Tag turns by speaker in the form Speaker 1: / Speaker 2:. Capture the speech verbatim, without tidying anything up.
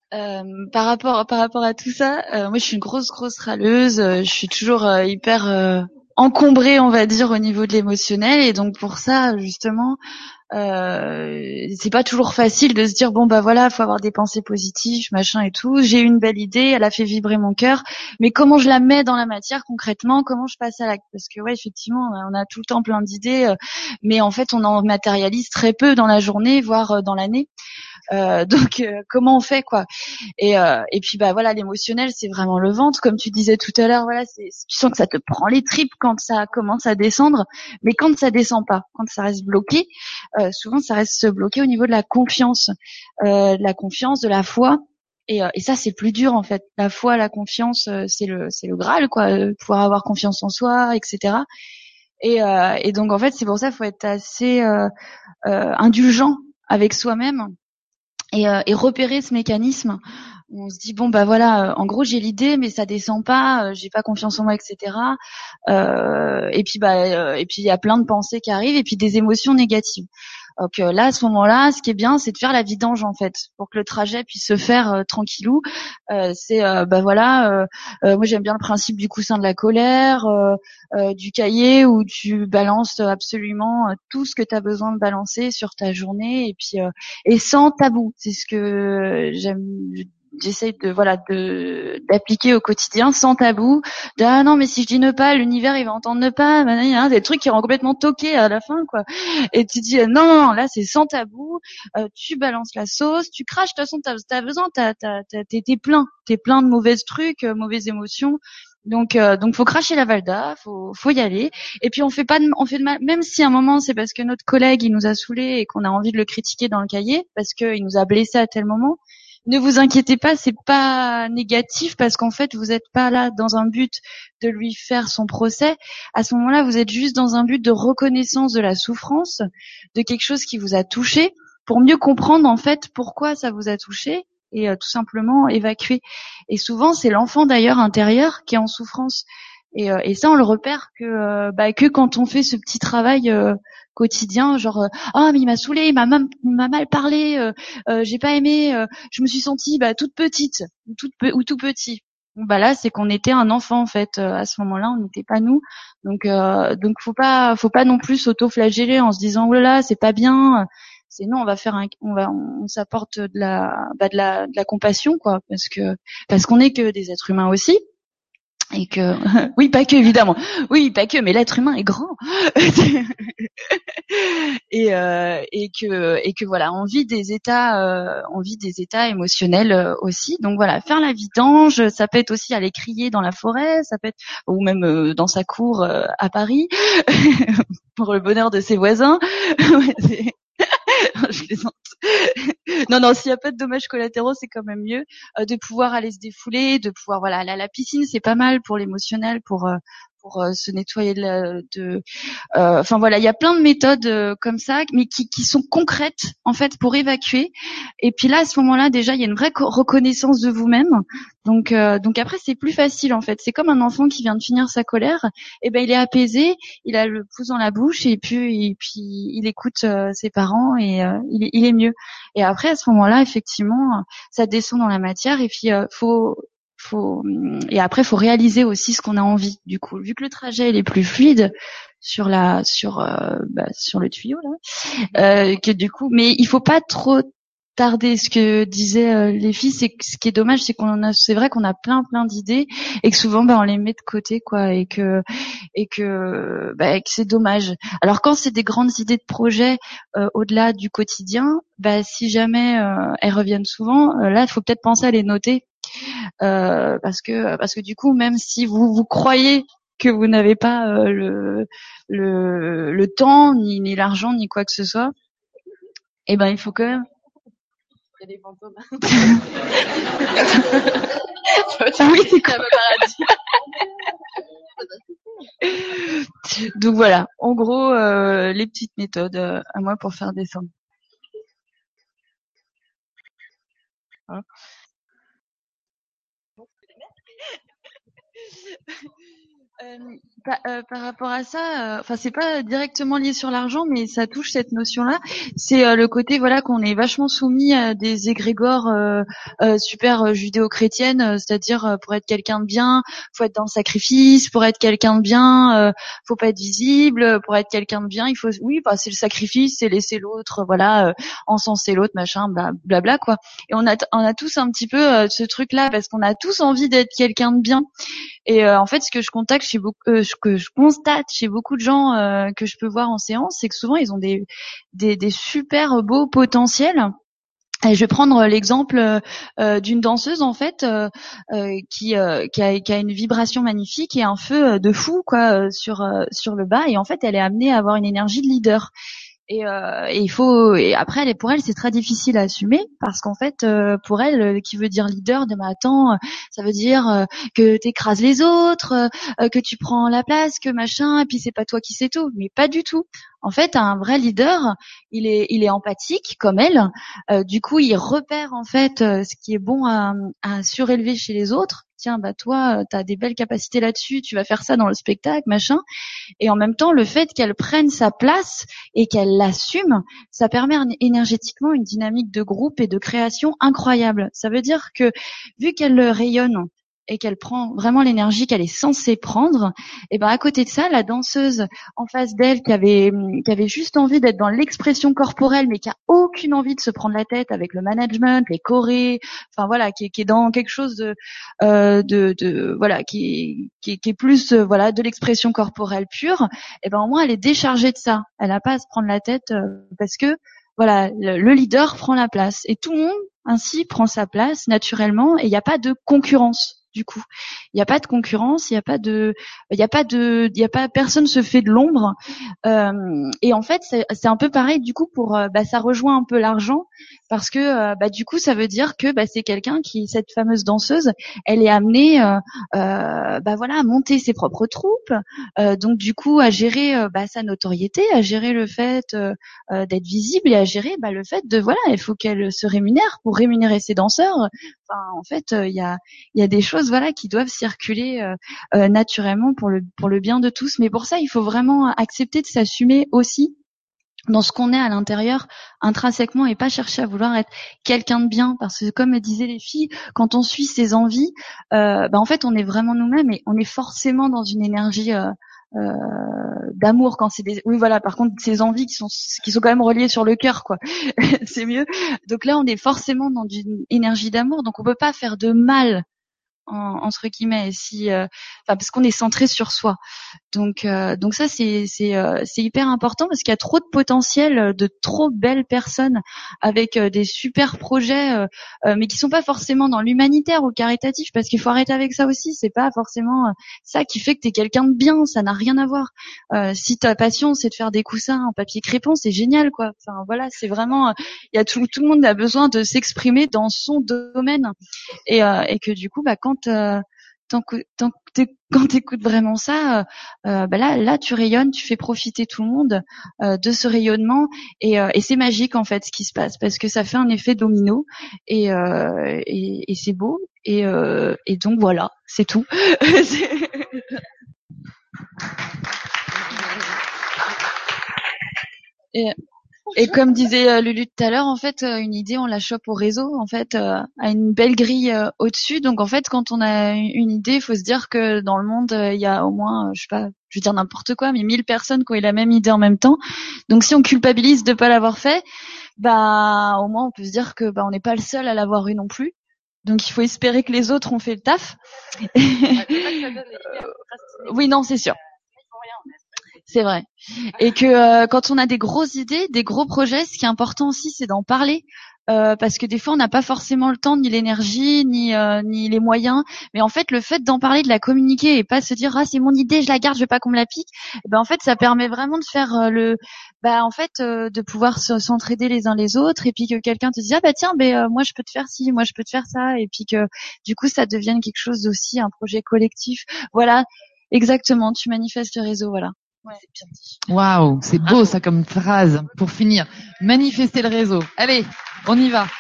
Speaker 1: Euh, par rapport par rapport à tout ça, euh, moi je suis une grosse grosse râleuse. euh, Je suis toujours euh, hyper euh, encombrée, on va dire, au niveau de l'émotionnel, et donc pour ça justement, euh, c'est pas toujours facile de se dire bon bah voilà, faut avoir des pensées positives, machin et tout. J'ai eu une belle idée, elle a fait vibrer mon cœur, mais comment je la mets dans la matière concrètement, comment je passe à l'acte? Parce que ouais, effectivement, on a tout le temps plein d'idées, euh, mais en fait on en matérialise très peu dans la journée, voire euh, dans l'année. Euh, donc euh, comment on fait quoi? Et euh, et puis bah voilà, l'émotionnel c'est vraiment le ventre, comme tu disais tout à l'heure. Voilà, c'est, tu sens que ça te prend les tripes quand ça commence à descendre, mais quand ça descend pas, quand ça reste bloqué, euh, souvent ça reste bloqué au niveau de la confiance, euh, de la confiance, de la foi. Et, euh, et ça c'est plus dur en fait. La foi, la confiance, euh, c'est le c'est le Graal quoi, euh, pouvoir avoir confiance en soi, et cetera. Et, euh, et donc en fait c'est pour ça qu'il faut être assez euh, euh, indulgent avec soi-même, et, euh, et repérer ce mécanisme. On se dit bon bah voilà, euh, en gros j'ai l'idée mais ça descend pas, euh, j'ai pas confiance en moi, et cetera. Euh, et puis bah euh, et puis il y a plein de pensées qui arrivent, et puis des émotions négatives. Donc euh, là, à ce moment-là, ce qui est bien, c'est de faire la vidange en fait, pour que le trajet puisse se faire euh, tranquillou. Euh, c'est euh, bah voilà, euh, euh, moi j'aime bien le principe du coussin de la colère, euh, euh, du cahier où tu balances absolument euh, tout ce que tu as besoin de balancer sur ta journée, et puis euh, et sans tabou. C'est ce que j'aime. J'essaie de voilà de d'appliquer au quotidien sans tabou. De, ah non mais si je dis ne pas, l'univers il va entendre ne pas. Hein, des trucs qui rendent complètement toqués à la fin quoi. Et tu dis euh, non, non, non, là c'est sans tabou, euh, tu balances la sauce, tu craches, de toute façon t'as, t'as besoin, t'as, t'as, t'as, t'es, t'es plein, t'es plein de mauvais trucs, euh, mauvaises émotions. Donc, euh, donc faut cracher la valda, faut, faut y aller. Et puis on fait pas, de, on fait de mal, même si à un moment c'est parce que notre collègue il nous a saoulés et qu'on a envie de le critiquer dans le cahier parce qu'il nous a blessés à tel moment. Ne vous inquiétez pas, c'est pas négatif parce qu'en fait vous êtes pas là dans un but de lui faire son procès. À ce moment-là, vous êtes juste dans un but de reconnaissance de la souffrance, de quelque chose qui vous a touché, pour mieux comprendre en fait pourquoi ça vous a touché, et euh, tout simplement évacuer. Et souvent, c'est l'enfant d'ailleurs intérieur qui est en souffrance. Et, euh, et ça, on le repère que euh, bah, que quand on fait ce petit travail euh, quotidien, genre euh, ah mais il m'a saoulé, il m'a, mal- il m'a mal parlé, euh, euh, j'ai pas aimé, euh, je me suis sentie bah, toute petite ou toute pe- ou tout petit. Bon, bah là, c'est qu'on était un enfant en fait. Euh, à ce moment-là, on n'était pas nous. Donc, euh, donc faut pas, faut pas non plus s'auto-flageller en se disant oh là là, c'est pas bien. C'est non, on va faire un, on va, on s'apporte de la, bah de la, de la compassion quoi, parce que, parce qu'on est que des êtres humains aussi. Et que oui, pas que évidemment, oui, pas que, mais l'être humain est grand. et euh, et que et que voilà, on vit des états, euh, on vit des états émotionnels euh, aussi. Donc voilà, faire la vidange, ça peut être aussi aller crier dans la forêt, ça peut être ou même euh, dans sa cour euh, à Paris pour le bonheur de ses voisins. Ouais, c'est- je plaisante. Non, non, s'il n'y a pas de dommages collatéraux, c'est quand même mieux euh, de pouvoir aller se défouler, de pouvoir voilà aller à la piscine, c'est pas mal pour l'émotionnel, pour euh, pour euh, se nettoyer de, la, de euh, enfin voilà, il y a plein de méthodes euh, comme ça, mais qui, qui sont concrètes en fait pour évacuer. Et puis là, à ce moment-là, déjà, il y a une vraie co- reconnaissance de vous-même. Donc, euh, donc après, c'est plus facile en fait. C'est comme un enfant qui vient de finir sa colère. Et ben, il est apaisé, il a le pouce dans la bouche, et puis, et puis il écoute euh, ses parents, et euh, il, est, il est mieux. Et après, à ce moment-là, effectivement, ça descend dans la matière. Et puis, euh, faut faut et après faut réaliser aussi ce qu'on a envie. Du coup, vu que le trajet il est plus fluide sur la sur euh, bah, sur le tuyau là, euh, que du coup, mais il faut pas trop tarder. Ce que disaient euh, les filles, c'est que ce qui est dommage, c'est qu'on en a, c'est vrai qu'on a plein plein d'idées et que souvent bah on les met de côté quoi, et que et que bah que c'est dommage. Alors quand c'est des grandes idées de projet euh, au-delà du quotidien, bah si jamais euh, elles reviennent souvent, euh, là il faut peut-être penser à les noter, euh, parce que parce que du coup même si vous vous croyez que vous n'avez pas euh, le, le le temps ni ni l'argent ni quoi que ce soit, eh ben il faut quand même. Il y a des fantômes. Oui, c'est quoi? Donc voilà, en gros euh, les petites méthodes euh, à moi pour faire descendre. Hein. Euh, par, euh, par rapport à ça, euh, enfin c'est pas directement lié sur l'argent, mais ça touche cette notion-là. C'est euh, le côté voilà qu'on est vachement soumis à des égrégores euh, euh, super euh, judéo-chrétiennes, euh, c'est-à-dire euh, pour être quelqu'un de bien, faut être dans le sacrifice, pour être quelqu'un de bien, euh, faut pas être visible, pour être quelqu'un de bien, il faut oui, bah c'est le sacrifice, c'est laisser l'autre, voilà, euh, encenser l'autre, machin, bla bla bla quoi. Et on a on a tous un petit peu euh, ce truc-là parce qu'on a tous envie d'être quelqu'un de bien. Et euh, en fait, ce que je contacte chez beaucoup, euh, ce que je constate chez beaucoup de gens euh, que je peux voir en séance, c'est que souvent ils ont des des, des super beaux potentiels. Et je vais prendre l'exemple euh, d'une danseuse en fait euh, euh, qui euh, qui a, qui a une vibration magnifique et un feu de fou quoi euh, sur euh, sur le bas, et en fait elle est amenée à avoir une énergie de leader. Et, euh, et il faut et après elle, pour elle c'est très difficile à assumer parce qu'en fait euh, pour elle euh, qui veut dire leader de mais attends euh, ça veut dire euh, que t'écrases les autres, euh, que tu prends la place, que machin, et puis c'est pas toi qui sais tout. Mais pas du tout. En fait un vrai leader il est il est empathique comme elle. Euh, du coup il repère en fait euh, ce qui est bon à, à surélever chez les autres. Tiens bah toi t'as des belles capacités là-dessus, tu vas faire ça dans le spectacle machin. Et en même temps, le fait qu'elle prenne sa place et qu'elle l'assume, ça permet énergétiquement une dynamique de groupe et de création incroyable. Ça veut dire que vu qu'elle rayonne et qu'elle prend vraiment l'énergie qu'elle est censée prendre, et ben à côté de ça, la danseuse en face d'elle qui avait qui avait juste envie d'être dans l'expression corporelle, mais qui a aucune envie de se prendre la tête avec le management, les chorés, enfin voilà, qui, qui est dans quelque chose de euh, de, de voilà, qui, qui, qui est plus euh, voilà de l'expression corporelle pure, et ben au moins elle est déchargée de ça. Elle n'a pas à se prendre la tête euh, parce que voilà le, le leader prend la place et tout le monde ainsi prend sa place naturellement et il n'y a pas de concurrence. Du coup, il n'y a pas de concurrence, il n'y a pas de, il n'y a pas de, il y a pas personne se fait de l'ombre. Euh, et en fait, c'est, c'est un peu pareil du coup pour, euh, bah, ça rejoint un peu l'argent parce que euh, bah du coup ça veut dire que bah c'est quelqu'un qui, cette fameuse danseuse, elle est amenée euh, euh, bah voilà à monter ses propres troupes, euh, donc du coup à gérer euh, bah, sa notoriété, à gérer le fait euh, euh, d'être visible et à gérer bah, le fait de voilà il faut qu'elle se rémunère pour rémunérer ses danseurs. Enfin en fait il euh, y a il y a des choses voilà qui doivent circuler euh, euh, naturellement pour le pour le bien de tous, mais pour ça il faut vraiment accepter de s'assumer aussi dans ce qu'on est à l'intérieur intrinsèquement et pas chercher à vouloir être quelqu'un de bien, parce que comme disaient les filles, quand on suit ses envies, euh, bah en fait on est vraiment nous-mêmes et on est forcément dans une énergie euh, euh, d'amour quand c'est des oui voilà par contre ces envies qui sont qui sont quand même reliées sur le cœur quoi c'est mieux. Donc là on est forcément dans une énergie d'amour, donc on peut pas faire de mal en, entre guillemets si euh, enfin parce qu'on est centré sur soi. Donc, euh, donc ça c'est c'est euh, c'est hyper important parce qu'il y a trop de potentiel de trop belles personnes avec euh, des super projets, euh, euh, mais qui sont pas forcément dans l'humanitaire ou caritatif, parce qu'il faut arrêter avec ça aussi. C'est pas forcément euh, ça qui fait que t'es quelqu'un de bien. Ça n'a rien à voir. Euh, si ta passion c'est de faire des coussins en papier crépon, c'est génial quoi. Enfin voilà, c'est vraiment, il y a tout tout le monde a besoin de s'exprimer dans son domaine et euh, et que du coup bah quand euh, tant que tant que t'éc- quand t'écoutes vraiment ça, euh, euh, bah là, là, tu rayonnes, tu fais profiter tout le monde euh, de ce rayonnement, et, euh, et c'est magique en fait ce qui se passe parce que ça fait un effet domino et, euh, et, et c'est beau et, euh, et donc voilà, c'est tout. C'est- et, Et comme disait euh, Lulu tout à l'heure, en fait, euh, une idée, on la chope au réseau, en fait, euh, à une belle grille euh, au-dessus. Donc, en fait, quand on a une une idée, il faut se dire que dans le monde, euh, il y a au moins, euh, je sais pas, je veux dire n'importe quoi, mais mille personnes qui ont eu la même idée en même temps. Donc, si on culpabilise de pas l'avoir fait, bah, au moins, on peut se dire que bah, on n'est pas le seul à l'avoir eu non plus. Donc, il faut espérer que les autres ont fait le taf. Oui, non, c'est sûr. C'est vrai. Et que euh, quand on a des grosses idées, des gros projets, ce qui est important aussi, c'est d'en parler. Euh, parce que des fois, on n'a pas forcément le temps, ni l'énergie, ni euh, ni les moyens. Mais en fait, le fait d'en parler, de la communiquer et pas se dire ah c'est mon idée, je la garde, je veux pas qu'on me la pique. Eh ben en fait, ça permet vraiment de faire euh, le, bah en fait, euh, de pouvoir se- s'entraider les uns les autres, et puis que quelqu'un te dise ah bah tiens, ben euh, moi je peux te faire ci, moi je peux te faire ça, et puis que du coup ça devienne quelque chose aussi, un projet collectif. Voilà, exactement. Tu manifestes le réseau, voilà. Ouais.
Speaker 2: Waouh, c'est beau ça comme phrase pour finir. Manifester le réseau. Allez, on y va.